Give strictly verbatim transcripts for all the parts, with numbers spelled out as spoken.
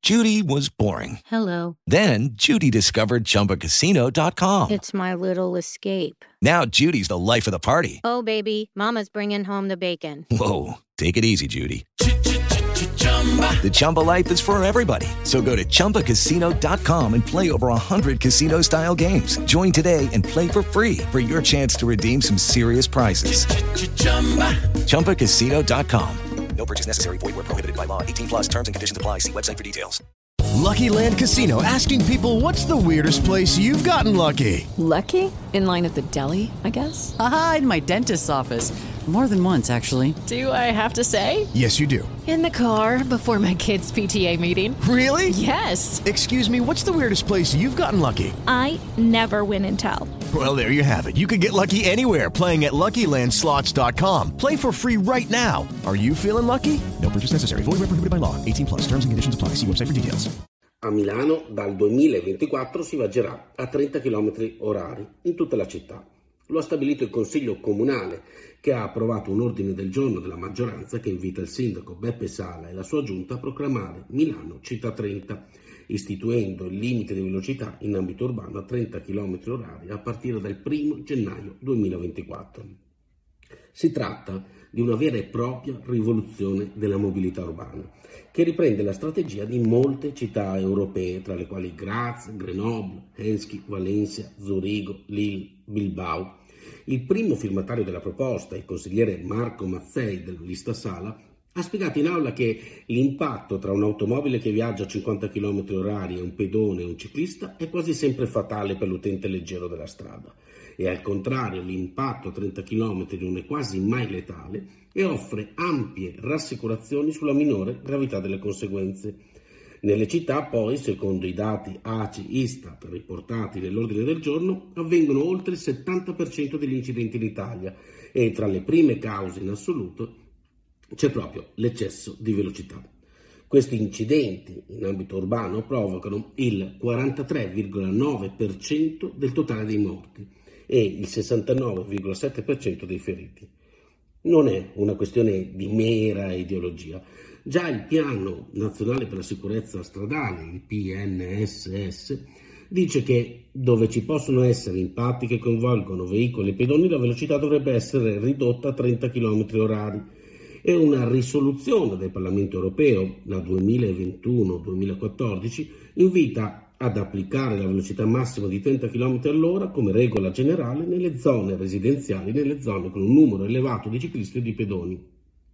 Judy was boring. Hello. Then Judy discovered Chumba Casino dot com. It's my little escape. Now Judy's the life of the party. Oh, baby, mama's bringing home the bacon. Whoa, take it easy, Judy. The Chumba life is for everybody. So go to Chumba Casino dot com and play over one hundred casino-style games. Join today and play for free for your chance to redeem some serious prizes. Chumba Casino dot com. No purchase necessary. Void where prohibited by law. eighteen plus terms and conditions apply. See website for details. Lucky Land Casino, asking people, what's the weirdest place you've gotten lucky? Lucky? In line at the deli, I guess? Aha, in my dentist's office. More than once, actually. Do I have to say? Yes, you do. In the car before my kids' P T A meeting. Really? Yes. Excuse me, what's the weirdest place you've gotten lucky? I never win and tell. Well, there you have it. You can get lucky anywhere, playing at Lucky Land Slots dot com. Play for free right now. Are you feeling lucky? No purchase necessary. Void where prohibited by law. eighteen plus. Terms and conditions apply. See website for details. A Milano dal duemilaventiquattro si viaggerà a trenta chilometri orari in tutta la città. Lo ha stabilito il Consiglio Comunale, che ha approvato un ordine del giorno della maggioranza che invita il sindaco Beppe Sala e la sua giunta a proclamare Milano Città trenta, istituendo il limite di velocità in ambito urbano a trenta chilometri orari a partire dal primo gennaio duemilaventiquattro. Si tratta di una vera e propria rivoluzione della mobilità urbana, che riprende la strategia di molte città europee, tra le quali Graz, Grenoble, Helsinki, Valencia, Zurigo, Lille, Bilbao. Il primo firmatario della proposta, il consigliere Marco Mazzei della lista Sala, ha spiegato in aula che l'impatto tra un'automobile che viaggia a cinquanta chilometri orari e un pedone e un ciclista è quasi sempre fatale per l'utente leggero della strada, e al contrario l'impatto a trenta chilometri non è quasi mai letale e offre ampie rassicurazioni sulla minore gravità delle conseguenze. Nelle città poi, secondo i dati A C I Istat riportati nell'ordine del giorno, avvengono oltre il settanta per cento degli incidenti in Italia e tra le prime cause in assoluto c'è proprio l'eccesso di velocità. Questi incidenti in ambito urbano provocano il quarantatré virgola nove per cento del totale dei morti e il sessantanove virgola sette per cento dei feriti. Non è una questione di mera ideologia. Già il Piano Nazionale per la Sicurezza Stradale, il P N S S, dice che dove ci possono essere impatti che coinvolgono veicoli e pedoni, la velocità dovrebbe essere ridotta a trenta chilometri orari. E una risoluzione del Parlamento europeo, la duemilaventuno duemilaquattordici, invita ad applicare la velocità massima di trenta chilometri all'ora come regola generale nelle zone residenziali, nelle zone con un numero elevato di ciclisti e di pedoni.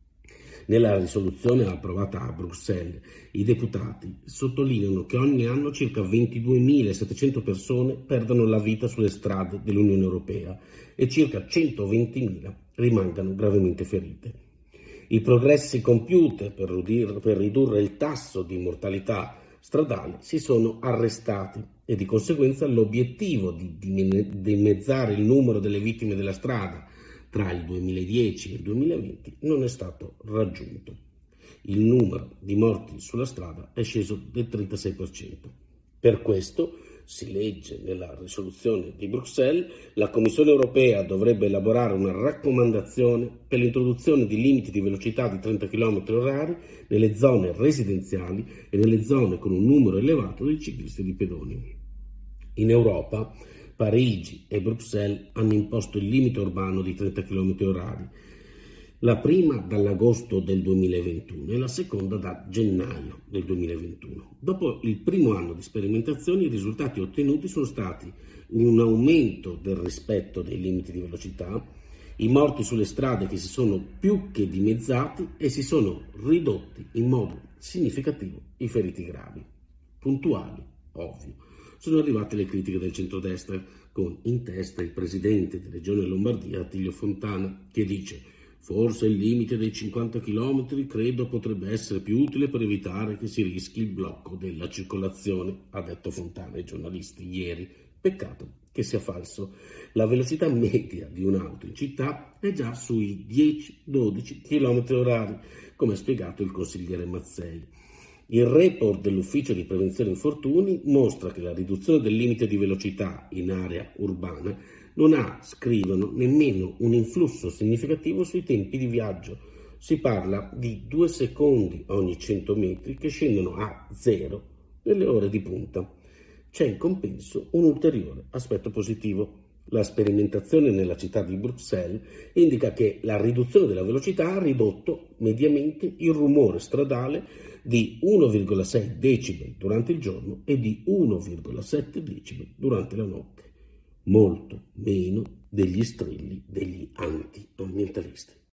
Nella risoluzione approvata a Bruxelles, i deputati sottolineano che ogni anno circa ventiduemilasettecento persone perdono la vita sulle strade dell'Unione Europea e circa centoventimila rimangano gravemente ferite. I progressi compiuti per ridurre il tasso di mortalità stradale si sono arrestati e di conseguenza l'obiettivo di dimezzare il numero delle vittime della strada tra il duemiladieci e il duemilaventi non è stato raggiunto. Il numero di morti sulla strada è sceso del trentasei per cento. Per questo, si legge nella risoluzione di Bruxelles, la Commissione europea dovrebbe elaborare una raccomandazione per l'introduzione di limiti di velocità di trenta chilometri orari nelle zone residenziali e nelle zone con un numero elevato di ciclisti e di pedoni. In Europa, Parigi e Bruxelles hanno imposto il limite urbano di trenta chilometri orari, la prima dall'agosto del duemilaventuno e la seconda da gennaio del duemilaventuno. Dopo il primo anno di sperimentazioni, i risultati ottenuti sono stati un aumento del rispetto dei limiti di velocità, i morti sulle strade che si sono più che dimezzati e si sono ridotti in modo significativo i feriti gravi. Puntuali, ovvio. Sono arrivate le critiche del centrodestra, con in testa il presidente di Regione Lombardia, Attilio Fontana, che dice: forse il limite dei cinquanta chilometri credo potrebbe essere più utile per evitare che si rischi il blocco della circolazione, ha detto Fontana ai giornalisti ieri. Peccato che sia falso. La velocità media di un'auto in città è già sui dieci dodici chilometri orari, come ha spiegato il consigliere Mazzei. Il report dell'Ufficio di Prevenzione Infortuni mostra che la riduzione del limite di velocità in area urbana non ha, scrivono, nemmeno un influsso significativo sui tempi di viaggio, si parla di due secondi ogni cento metri che scendono a zero nelle ore di punta. C'è in compenso un ulteriore aspetto positivo. La sperimentazione nella città di Bruxelles indica che la riduzione della velocità ha ridotto mediamente il rumore stradale di uno virgola sei decibel durante il giorno e di uno virgola sette decibel durante la notte, molto meno degli strilli degli anti-ambientalisti.